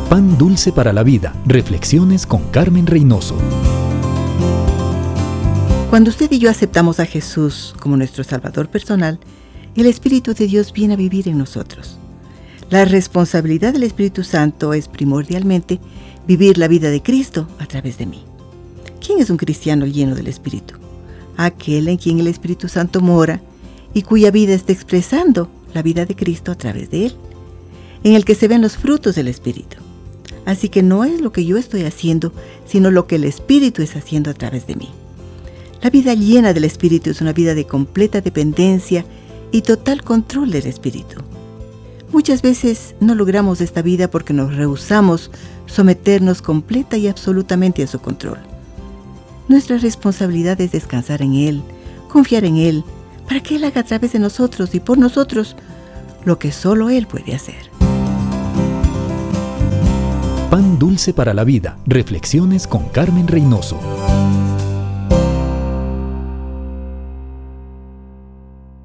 Pan dulce para la vida. Reflexiones con Carmen Reynoso. Cuando usted y yo aceptamos a Jesús como nuestro Salvador personal, el Espíritu de Dios viene a vivir en nosotros. La responsabilidad del Espíritu Santo es primordialmente vivir la vida de Cristo a través de mí. ¿Quién es un cristiano lleno del Espíritu? Aquel en quien el Espíritu Santo mora y cuya vida está expresando la vida de Cristo a través de él, en el que se ven los frutos del Espíritu. Así que no es lo que yo estoy haciendo, sino lo que el Espíritu está haciendo a través de mí. La vida llena del Espíritu es una vida de completa dependencia y total control del Espíritu. Muchas veces no logramos esta vida porque nos rehusamos someternos completa y absolutamente a su control. Nuestra responsabilidad es descansar en Él, confiar en Él, para que Él haga a través de nosotros y por nosotros lo que solo Él puede hacer. Pan dulce para la vida. Reflexiones con Carmen Reynoso.